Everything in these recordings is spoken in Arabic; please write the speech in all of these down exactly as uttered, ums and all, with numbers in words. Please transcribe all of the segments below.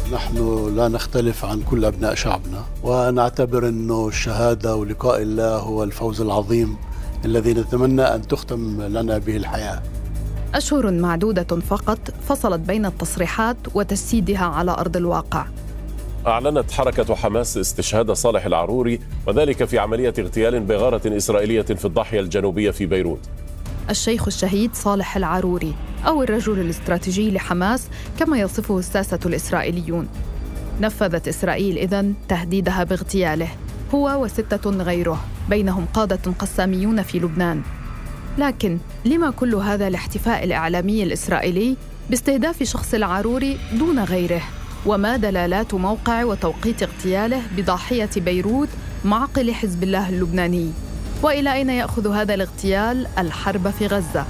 نحن لا نختلف عن كل أبناء شعبنا، ونعتبر أنه الشهادة ولقاء الله هو الفوز العظيم الذي نتمنى أن تختم لنا به الحياة. أشهر معدودة فقط فصلت بين التصريحات وتجسيدها على أرض الواقع. أعلنت حركة حماس استشهاد صالح العروري، وذلك في عملية اغتيال بغارة إسرائيلية في الضاحية الجنوبية في بيروت. الشيخ الشهيد صالح العروري أو الرجل الاستراتيجي لحماس كما يصفه الساسة الإسرائيليون. نفذت إسرائيل إذن تهديدها باغتياله هو وستة غيره، بينهم قادة قساميون في لبنان. لكن لما كل هذا الاحتفاء الإعلامي الإسرائيلي باستهداف شخص العروري دون غيره؟ وما دلالات موقع وتوقيت اغتياله بضاحية بيروت معقل حزب الله اللبناني؟ وإلى أين يأخذ هذا الاغتيال الحرب في غزة؟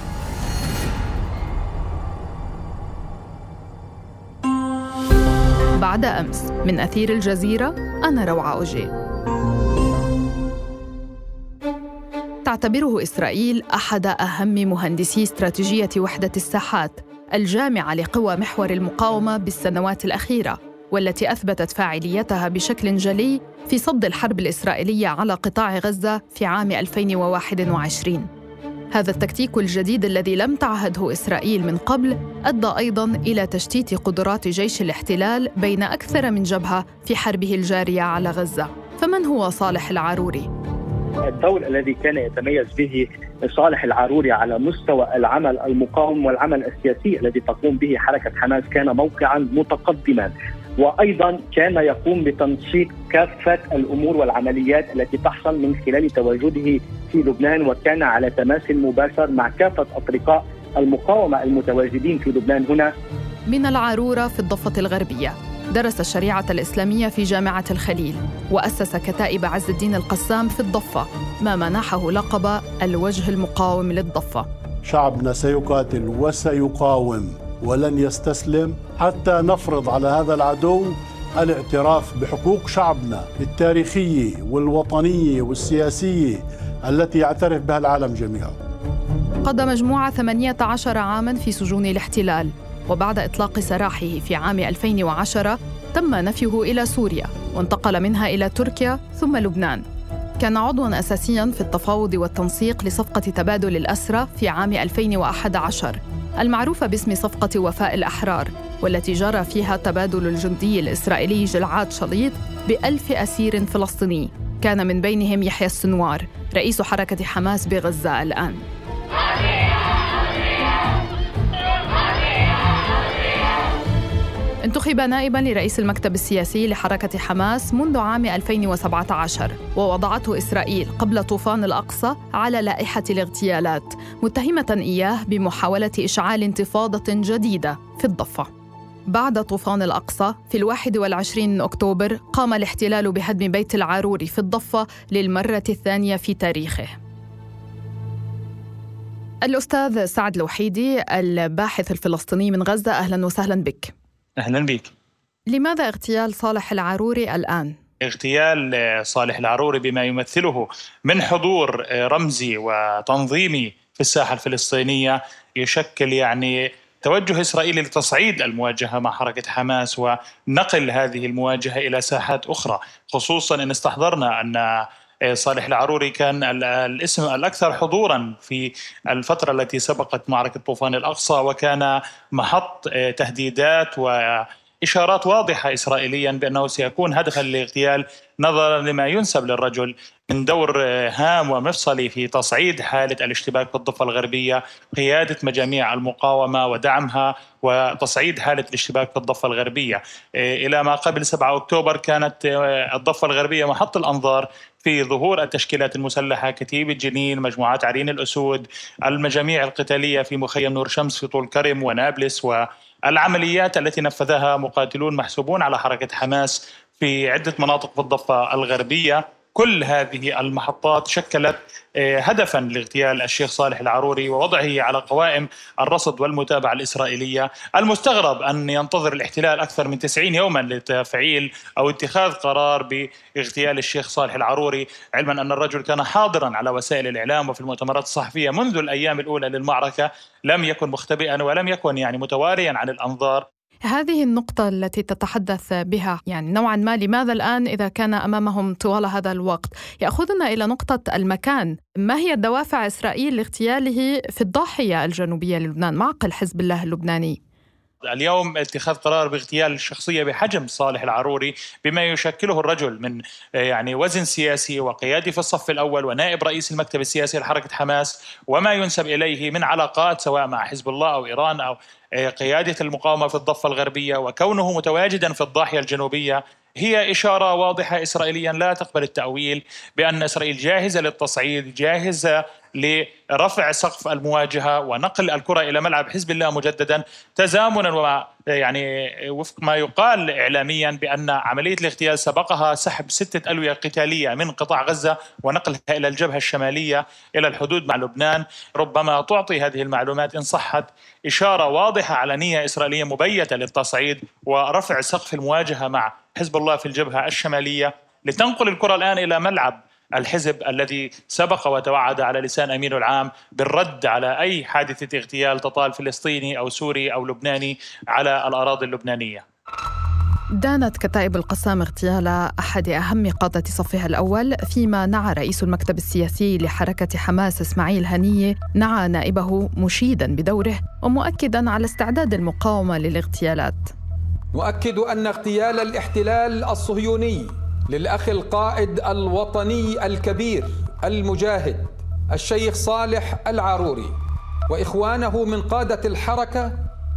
بعد أمس من أثير الجزيرة، أنا روعة أوجي. تعتبره إسرائيل أحد أهم مهندسي استراتيجية وحدة الساحات الجامعة لقوى محور المقاومة بالسنوات الأخيرة، والتي أثبتت فاعليتها بشكل جلي في صد الحرب الإسرائيلية على قطاع غزة في عام ألفين وواحد وعشرين. هذا التكتيك الجديد الذي لم تعهده إسرائيل من قبل أدى أيضاً إلى تشتيت قدرات جيش الاحتلال بين أكثر من جبهة في حربه الجارية على غزة. فمن هو صالح العروري؟ الدور الذي كان يتميز به صالح العروري على مستوى العمل المقاوم والعمل السياسي الذي تقوم به حركة حماس كان موقعاً متقدماً، وأيضاً كان يقوم بتنسيق كافة الأمور والعمليات التي تحصل من خلال تواجده في لبنان، وكان على تماس مباشر مع كافة أطرقاء المقاومة المتواجدين في لبنان. هنا من العرورة في الضفة الغربية درس الشريعة الإسلامية في جامعة الخليل، وأسس كتائب عز الدين القسام في الضفة، ما منحه لقب الوجه المقاوم للضفة. شعبنا سيقاتل وسيقاوم ولن يستسلم حتى نفرض على هذا العدو الاعتراف بحقوق شعبنا التاريخية والوطنية والسياسية التي يعترف بها العالم جميعا. قضى مجموعة ثمانية عشر عاماً في سجون الاحتلال، وبعد إطلاق سراحه في عام ألفين وعشرة تم نفيه إلى سوريا، وانتقل منها إلى تركيا ثم لبنان. كان عضواً أساسياً في التفاوض والتنسيق لصفقة تبادل الأسرى في عام ألفين وأحد عشر المعروفة باسم صفقة وفاء الأحرار، والتي جرى فيها تبادل الجندي الإسرائيلي جلعاد شليط بألف أسير فلسطيني، كان من بينهم يحيى السنوار رئيس حركة حماس بغزة الآن. انتخب نائباً لرئيس المكتب السياسي لحركة حماس منذ عام ألفين وسبعة عشر، ووضعته إسرائيل قبل طوفان الأقصى على لائحة الاغتيالات، متهمة إياه بمحاولة إشعال انتفاضة جديدة في الضفة. بعد طوفان الأقصى في الواحد والعشرين من أكتوبر قام الاحتلال بهدم بيت العروري في الضفة للمرة الثانية في تاريخه. الأستاذ سعد الوحيدي الباحث الفلسطيني من غزة، أهلاً وسهلاً بك. أهلاً بك. لماذا اغتيال صالح العروري الآن؟ اغتيال صالح العروري بما يمثله من حضور رمزي وتنظيمي في الساحة الفلسطينية يشكل يعني توجه إسرائيلي لتصعيد المواجهة مع حركة حماس ونقل هذه المواجهة إلى ساحات أخرى، خصوصاً أن استحضرنا أن صالح العروري كان الاسم الأكثر حضوراً في الفترة التي سبقت معركة طوفان الأقصى، وكان محط تهديدات وإشارات واضحة إسرائيلياً بأنه سيكون هدفاً للاغتيال، نظراً لما ينسب للرجل من دور هام ومفصلي في تصعيد حالة الاشتباك في الضفة الغربية، قيادة مجاميع المقاومة ودعمها، وتصعيد حالة الاشتباك في الضفة الغربية. إلى ما قبل سبعة أكتوبر كانت الضفة الغربية محط الأنظار في ظهور التشكيلات المسلحة، كتيبة جنين، مجموعات عرين الأسود، المجاميع القتالية في مخيم نور شمس في طول كرم ونابلس، والعمليات التي نفذها مقاتلون محسوبون على حركة حماس في عدة مناطق في الضفة الغربية. كل هذه المحطات شكلت هدفاً لاغتيال الشيخ صالح العروري ووضعه على قوائم الرصد والمتابعة الإسرائيلية. المستغرب أن ينتظر الاحتلال أكثر من تسعين يوماً لتفعيل أو اتخاذ قرار باغتيال الشيخ صالح العروري، علماً أن الرجل كان حاضراً على وسائل الإعلام وفي المؤتمرات الصحفية منذ الأيام الأولى للمعركة، لم يكن مختبئاً ولم يكن يعني متوارياً عن الأنظار. هذه النقطة التي تتحدث بها يعني نوعا ما لماذا الآن إذا كان أمامهم طوال هذا الوقت، يأخذنا إلى نقطة المكان. ما هي دوافع إسرائيل لاغتياله في الضاحية الجنوبية للبنان معقل حزب الله اللبناني؟ اليوم اتخاذ قرار باغتيال الشخصية بحجم صالح العروري بما يشكله الرجل من يعني وزن سياسي وقيادي في الصف الأول ونائب رئيس المكتب السياسي لحركة حماس وما ينسب إليه من علاقات سواء مع حزب الله أو إيران أو قيادة المقاومة في الضفة الغربية وكونه متواجدا في الضاحية الجنوبية هي إشارة واضحة إسرائيليا لا تقبل التأويل بأن إسرائيل جاهزة للتصعيد، جاهزة لرفع سقف المواجهة ونقل الكرة إلى ملعب حزب الله مجددا، تزامنا ومع يعني وفق ما يقال إعلاميا بأن عملية الاغتيال سبقها سحب ستة ألوية قتالية من قطاع غزة ونقلها إلى الجبهة الشمالية إلى الحدود مع لبنان. ربما تعطي هذه المعلومات إن صحت إشارة واضحة على نية إسرائيلية مبيتة للتصعيد ورفع سقف المواجهة مع حزب الله في الجبهة الشمالية لتنقل الكرة الآن إلى ملعب الحزب الذي سبق وتوعد على لسان أمينه العام بالرد على أي حادثة اغتيال تطال فلسطيني أو سوري أو لبناني على الأراضي اللبنانية. دانت كتائب القسام اغتيال أحد أهم قادة صفها الأول، فيما نعى رئيس المكتب السياسي لحركة حماس إسماعيل هنية نعى نائبه مشيدا بدوره ومؤكدا على استعداد المقاومة للاغتيالات. نؤكد أن اغتيال الاحتلال الصهيوني للأخ القائد الوطني الكبير المجاهد الشيخ صالح العروري وإخوانه من قادة الحركة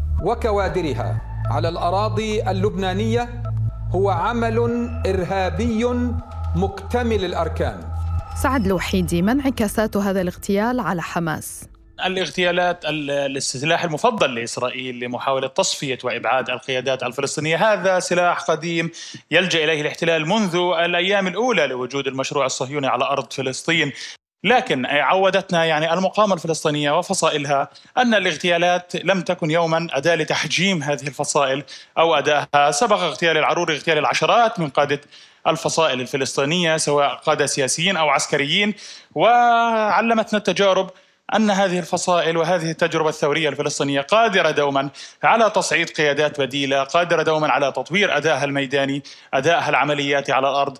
وكوادرها على الأراضي اللبنانية هو عمل إرهابي مكتمل الأركان. سعد الوحيدي، ما انعكاسات هذا الاغتيال على حماس؟ الاغتيالات السلاح المفضل لإسرائيل لمحاولة تصفية وإبعاد القيادات الفلسطينية، هذا سلاح قديم يلجأ إليه الاحتلال منذ الأيام الأولى لوجود المشروع الصهيوني على أرض فلسطين. لكن عودتنا يعني المقاومة الفلسطينية وفصائلها أن الاغتيالات لم تكن يوما أداة لتحجيم هذه الفصائل أو أدائها. سبق اغتيال العروري اغتيال العشرات من قادة الفصائل الفلسطينية سواء قادة سياسيين أو عسكريين، وعلمتنا التجارب أن هذه الفصائل وهذه التجربة الثورية الفلسطينية قادرة دوما على تصعيد قيادات بديلة، قادرة دوما على تطوير أدائها الميداني، أدائها العملياتي على الأرض،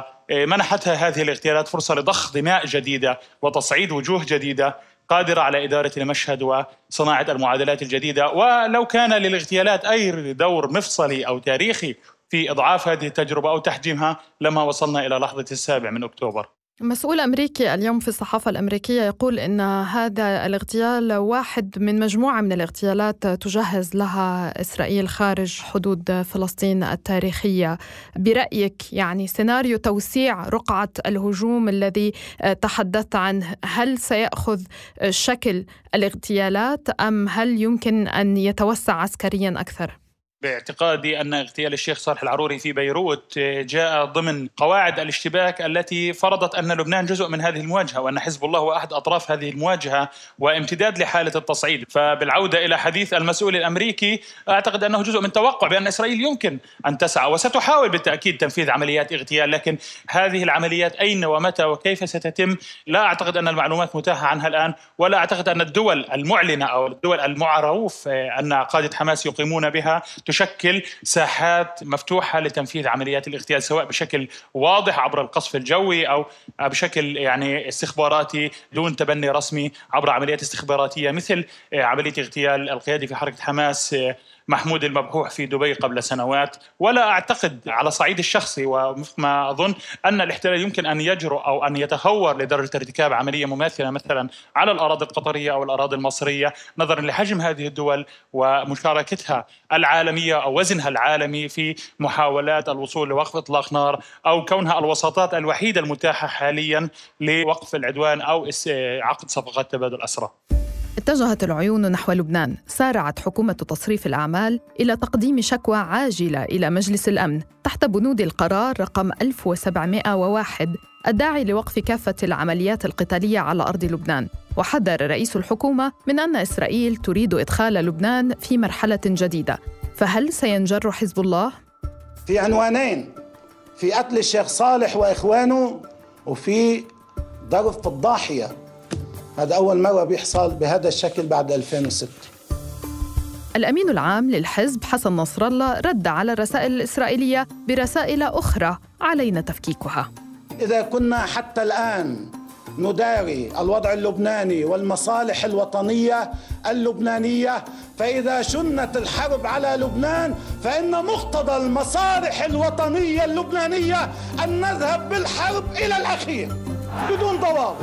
ومنحتها هذه الاغتيالات فرصة لضخ دماء جديدة وتصعيد وجوه جديدة قادرة على إدارة المشهد وصناعة المعادلات الجديدة. ولو كان للاغتيالات أي دور مفصلي أو تاريخي في إضعاف هذه التجربة أو تحجيمها لما وصلنا إلى لحظة السابع من أكتوبر. مسؤول أمريكي اليوم في الصحافة الأمريكية يقول إن هذا الاغتيال واحد من مجموعة من الاغتيالات تجهز لها إسرائيل خارج حدود فلسطين التاريخية. برأيك يعني سيناريو توسيع رقعة الهجوم الذي تحدثت عنه هل سيأخذ شكل الاغتيالات أم هل يمكن أن يتوسع عسكريا أكثر؟ باعتقادي أن اغتيال الشيخ صالح العروري في بيروت جاء ضمن قواعد الاشتباك التي فرضت أن لبنان جزء من هذه المواجهة وأن حزب الله هو أحد أطراف هذه المواجهة وامتداد لحالة التصعيد. فبالعودة إلى حديث المسؤول الأمريكي أعتقد أنه جزء من توقع بأن إسرائيل يمكن أن تسعى وستحاول بالتأكيد تنفيذ عمليات اغتيال، لكن هذه العمليات أين ومتى وكيف ستتم لا أعتقد أن المعلومات متاحة عنها الآن، ولا أعتقد أن الدول المعلنة أو الدول المعروف أن قادة حماس يقيمون بها تشكل ساحات مفتوحة لتنفيذ عمليات الاغتيال سواء بشكل واضح عبر القصف الجوي أو بشكل يعني استخباراتي دون تبني رسمي عبر عمليات استخباراتية مثل عملية اغتيال القيادي في حركة حماس محمود المبحوح في دبي قبل سنوات. ولا أعتقد على صعيد الشخصي وما أظن أن الاحتلال يمكن أن يجرؤ أو أن يتهور لدرجة ارتكاب عملية مماثلة مثلا على الأراضي القطرية أو الأراضي المصرية نظرا لحجم هذه الدول ومشاركتها العالمية أو وزنها العالمي في محاولات الوصول لوقف إطلاق نار أو كونها الوساطات الوحيدة المتاحة حاليا لوقف العدوان أو عقد صفقات تبادل أسرى. اتجهت العيون نحو لبنان. سارعت حكومة تصريف الأعمال إلى تقديم شكوى عاجلة إلى مجلس الأمن تحت بنود القرار رقم ألف وسبعمائة وواحد الداعي لوقف كافة العمليات القتالية على أرض لبنان. وحذر رئيس الحكومة من أن إسرائيل تريد إدخال لبنان في مرحلة جديدة. فهل سينجر حزب الله؟ في عنوانين، في قتل الشيخ صالح وإخوانه وفي ضرب في الضاحية. هذا أول مرة بيحصل بهذا الشكل بعد ألفين وستة. الأمين العام للحزب حسن نصر الله رد على الرسائل الإسرائيلية برسائل أخرى علينا تفكيكها. إذا كنا حتى الآن نداري الوضع اللبناني والمصالح الوطنية اللبنانية، فإذا شنت الحرب على لبنان فإن مقتضى المصالح الوطنية اللبنانية أن نذهب بالحرب إلى الأخير بدون ضوابط.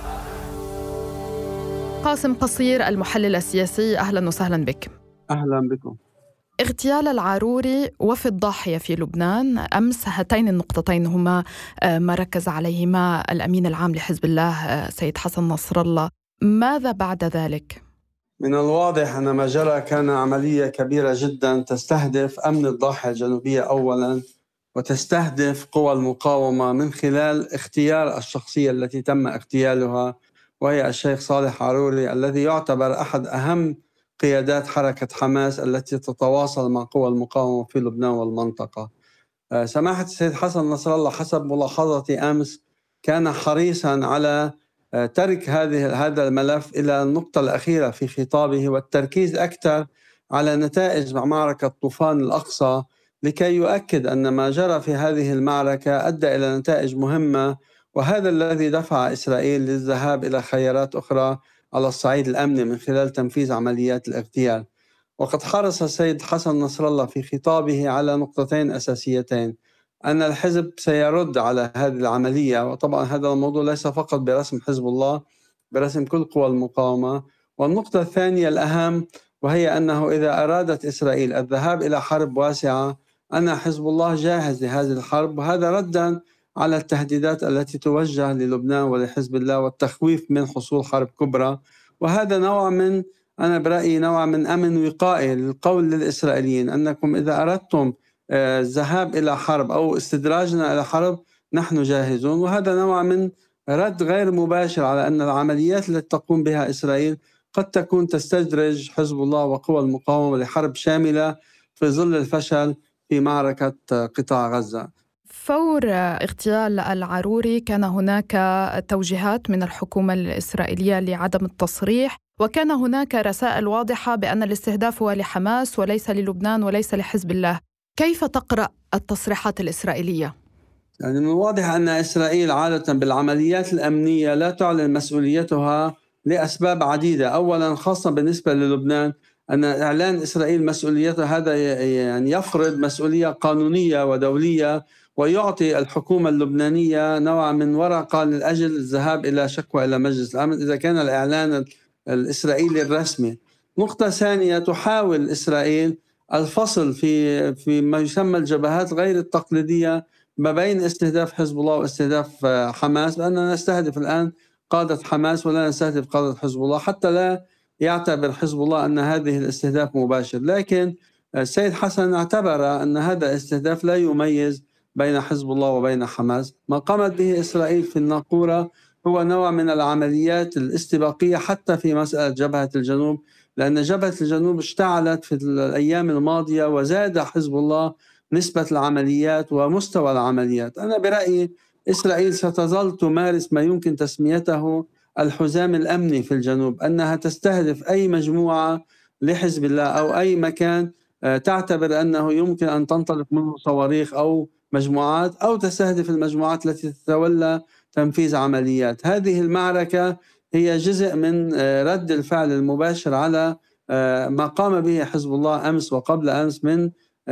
قاسم قصير المحلل السياسي، أهلا وسهلا بك. أهلا بكم. اغتيال العروري وفي الضاحية في لبنان أمس، هاتين النقطتين هما ما ركز عليهما الأمين العام لحزب الله سيد حسن نصر الله. ماذا بعد ذلك؟ من الواضح أن ما جرى كان عملية كبيرة جدا تستهدف أمن الضاحية الجنوبية أولا، وتستهدف قوى المقاومة من خلال اختيار الشخصية التي تم اغتيالها، وهي الشيخ صالح عروري الذي يعتبر أحد أهم قيادات حركة حماس التي تتواصل مع قوى المقاومة في لبنان والمنطقة. سماحة السيد حسن نصر الله حسب ملاحظتي أمس كان حريصا على ترك هذه هذا الملف إلى النقطة الأخيرة في خطابه، والتركيز أكثر على نتائج معركة طوفان الأقصى، لكي يؤكد أن ما جرى في هذه المعركة أدى إلى نتائج مهمة، وهذا الذي دفع إسرائيل للذهاب إلى خيارات أخرى على الصعيد الأمني من خلال تنفيذ عمليات الاغتيال. وقد حرص السيد حسن نصر الله في خطابه على نقطتين أساسيتين: أن الحزب سيرد على هذه العملية، وطبعا هذا الموضوع ليس فقط برسم حزب الله، برسم كل قوى المقاومة. والنقطة الثانية الأهم وهي أنه إذا أرادت إسرائيل الذهاب إلى حرب واسعة أن حزب الله جاهز لهذه الحرب، وهذا ردا على التهديدات التي توجه للبنان ولحزب الله والتخويف من حصول حرب كبرى. وهذا نوع من، أنا برأيي نوع من أمن وقائي للقول للإسرائيليين أنكم إذا أردتم الذهاب إلى حرب أو استدراجنا إلى حرب نحن جاهزون. وهذا نوع من رد غير مباشر على أن العمليات التي تقوم بها إسرائيل قد تكون تستدرج حزب الله وقوى المقاومة لحرب شاملة في ظل الفشل في معركة قطاع غزة. فور اغتيال العروري كان هناك توجيهات من الحكومة الإسرائيلية لعدم التصريح، وكان هناك رسائل واضحة بأن الاستهداف هو لحماس وليس للبنان وليس لحزب الله. كيف تقرأ التصريحات الإسرائيلية؟ يعني من الواضح أن إسرائيل عادة بالعمليات الأمنية لا تعلن مسؤوليتها لأسباب عديدة. أولا خاصة بالنسبة للبنان أن إعلان إسرائيل مسؤوليتها هذا يعني يفرض مسؤولية قانونية ودولية، ويعطي الحكومة اللبنانية نوع من ورقة لأجل الذهاب إلى شكوى إلى مجلس الأمن إذا كان الإعلان الإسرائيلي الرسمي. نقطة ثانية، تحاول إسرائيل الفصل في في ما يسمى الجبهات غير التقليدية ما بين استهداف حزب الله واستهداف حماس، لأننا نستهدف الآن قادة حماس ولا نستهدف قادة حزب الله، حتى لا يعتبر حزب الله أن هذه الاستهداف مباشر. لكن السيد حسن اعتبر أن هذا الاستهداف لا يميز بين حزب الله وبين حماس. ما قامت به إسرائيل في الناقورة هو نوع من العمليات الاستباقية حتى في مسألة جبهة الجنوب، لأن جبهة الجنوب اشتعلت في الأيام الماضية وزاد حزب الله نسبة العمليات ومستوى العمليات. أنا برأيي إسرائيل ستظل تمارس ما يمكن تسميته الحزام الأمني في الجنوب، أنها تستهدف أي مجموعة لحزب الله أو أي مكان تعتبر أنه يمكن أن تنطلق منه صواريخ أو مجموعات، أو تستهدف المجموعات التي تتولى تنفيذ عمليات. هذه المعركة هي جزء من رد الفعل المباشر على ما قام به حزب الله أمس وقبل أمس من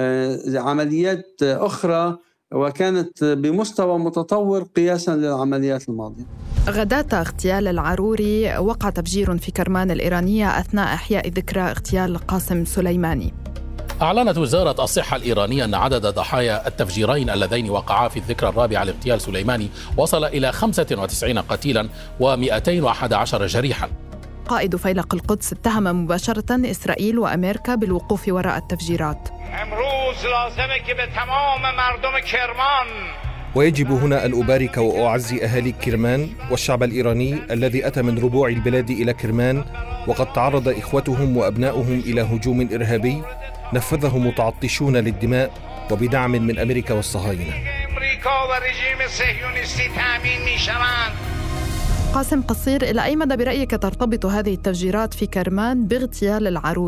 عمليات أخرى، وكانت بمستوى متطور قياسا للعمليات الماضية. غداة اغتيال العروري وقع تفجير في كرمان الإيرانية أثناء إحياء ذكرى اغتيال قاسم سليماني. أعلنت وزارة الصحة الإيرانية أن عدد ضحايا التفجيرين اللذين وقعا في الذكرى الرابعة لاغتيال سليماني وصل إلى خمسة وتسعين قتيلا ومئتين وأحد عشر جريحا. قائد فيلق القدس اتهم مباشرة إسرائيل وأمريكا بالوقوف وراء التفجيرات. ويجب هنا أن أبارك وأعزي أهالي كرمان والشعب الإيراني الذي أتى من ربوع البلاد إلى كرمان، وقد تعرض إخوتهم وأبناؤهم إلى هجوم إرهابي نفذه متعطشون للدماء وبدعم من أمريكا والصهاينة. قاسم قصير، إلى أي مدى برأيك ترتبط هذه التفجيرات في كرمان باغتيال العروري؟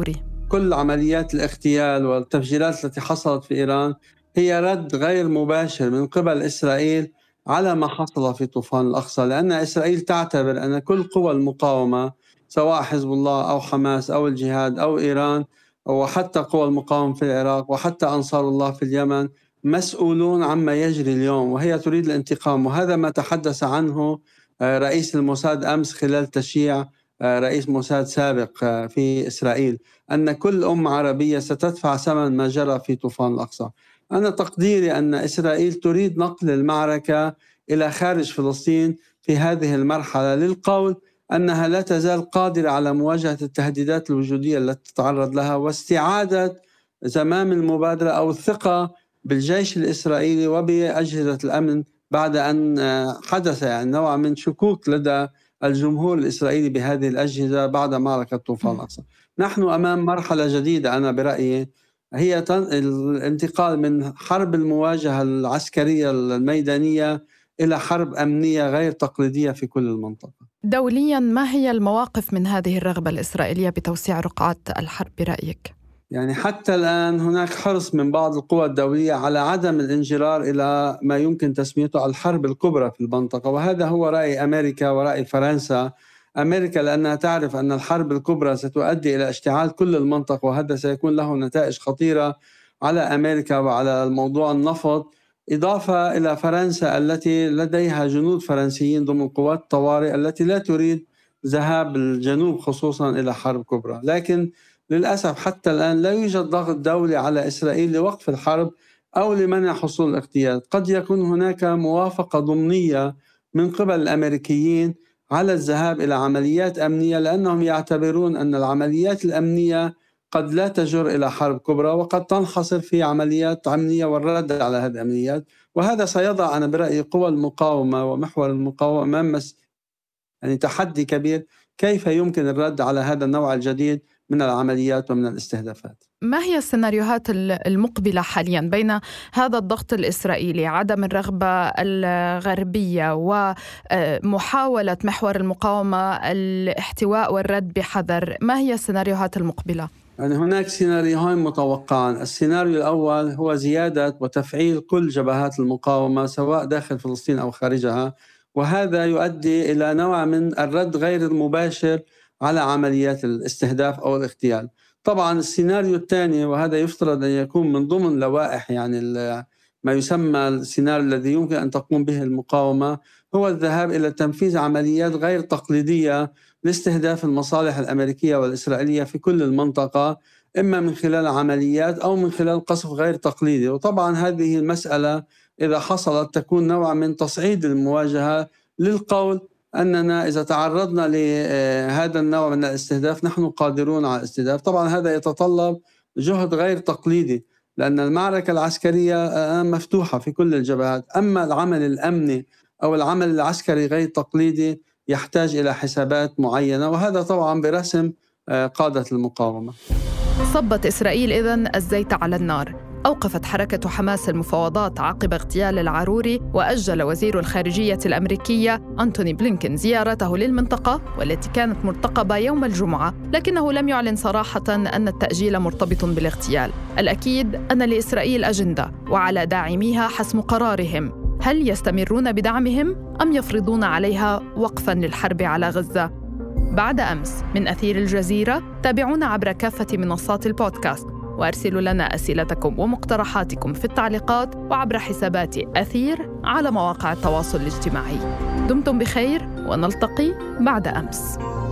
كل عمليات الاغتيال والتفجيرات التي حصلت في إيران هي رد غير مباشر من قبل إسرائيل على ما حصل في طوفان الأقصى، لأن إسرائيل تعتبر أن كل قوى المقاومة سواء حزب الله أو حماس أو الجهاد أو إيران وحتى قوى المقاومة في العراق وحتى أنصار الله في اليمن مسؤولون عما يجري اليوم، وهي تريد الانتقام. وهذا ما تحدث عنه رئيس الموساد أمس خلال تشييع رئيس موساد سابق في إسرائيل، أن كل أمة عربية ستدفع ثمن ما جرى في طوفان الأقصى. أنا تقديري أن إسرائيل تريد نقل المعركة إلى خارج فلسطين في هذه المرحلة للقول أنها لا تزال قادرة على مواجهة التهديدات الوجودية التي تتعرض لها واستعادة زمام المبادرة أو الثقة بالجيش الإسرائيلي وبأجهزة الأمن بعد أن حدث يعني نوع من شكوك لدى الجمهور الإسرائيلي بهذه الأجهزة بعد معركة طوفان الأقصى. نحن أمام مرحلة جديدة أنا برأيي، هي الانتقال من حرب المواجهة العسكرية الميدانية إلى حرب أمنية غير تقليدية في كل المنطقة. دولياً ما هي المواقف من هذه الرغبة الإسرائيلية بتوسيع رقعة الحرب برأيك؟ يعني حتى الآن هناك حرص من بعض القوى الدولية على عدم الانجرار إلى ما يمكن تسميته الحرب الكبرى في المنطقة، وهذا هو رأي أمريكا ورأي فرنسا. أمريكا لأنها تعرف أن الحرب الكبرى ستؤدي إلى اشتعال كل المنطقة، وهذا سيكون له نتائج خطيرة على أمريكا وعلى الموضوع النفط، إضافة إلى فرنسا التي لديها جنود فرنسيين ضمن قوات الطوارئ التي لا تريد ذهاب الجنوب خصوصا إلى حرب كبرى. لكن للأسف حتى الآن لا يوجد ضغط دولي على إسرائيل لوقف الحرب أو لمنع حصول الاغتيال. قد يكون هناك موافقة ضمنية من قبل الأمريكيين على الذهاب إلى عمليات أمنية، لأنهم يعتبرون أن العمليات الأمنية قد لا تجر إلى حرب كبرى وقد تنحصر في عمليات أمنية والرد على هذه العمليات. وهذا سيضع أنا برأيي قوى المقاومة ومحور المقاومة أمام يعني تحدي كبير، كيف يمكن الرد على هذا النوع الجديد من العمليات ومن الاستهدافات. ما هي السيناريوهات المقبلة حاليا بين هذا الضغط الإسرائيلي، عدم الرغبة الغربية ومحاولة محور المقاومة الاحتواء والرد بحذر؟ ما هي السيناريوهات المقبلة؟ يعني هناك سيناريوهين متوقعان. السيناريو الأول هو زيادة وتفعيل كل جبهات المقاومة سواء داخل فلسطين أو خارجها، وهذا يؤدي إلى نوع من الرد غير المباشر على عمليات الاستهداف أو الاغتيال. طبعا السيناريو الثاني، وهذا يفترض أن يكون من ضمن لوائح يعني ما يسمى السيناريو الذي يمكن أن تقوم به المقاومة، هو الذهاب إلى تنفيذ عمليات غير تقليدية لاستهداف المصالح الأمريكية والإسرائيلية في كل المنطقة، إما من خلال عمليات أو من خلال قصف غير تقليدي. وطبعا هذه المسألة إذا حصلت تكون نوع من تصعيد المواجهة للقول أننا إذا تعرضنا لهذا النوع من الاستهداف نحن قادرون على الاستهداف. طبعا هذا يتطلب جهد غير تقليدي لأن المعركة العسكرية مفتوحة في كل الجبهات، أما العمل الأمني أو العمل العسكري غير تقليدي يحتاج إلى حسابات معينة، وهذا طبعا برسم قادة المقاومة. صبت إسرائيل إذن الزيت على النار. أوقفت حركة حماس المفاوضات عقب اغتيال العروري، وأجل وزير الخارجية الأمريكية أنتوني بلينكين زيارته للمنطقة والتي كانت مرتقبة يوم الجمعة، لكنه لم يعلن صراحة أن التأجيل مرتبط بالاغتيال. الأكيد أن لإسرائيل أجندة وعلى داعميها حسم قرارهم، هل يستمرون بدعمهم أم يفرضون عليها وقفاً للحرب على غزة؟ بعد أمس من أثير الجزيرة، تابعونا عبر كافة منصات البودكاست، وأرسلوا لنا أسئلتكم ومقترحاتكم في التعليقات وعبر حسابات أثير على مواقع التواصل الاجتماعي. دمتم بخير ونلتقي بعد أمس.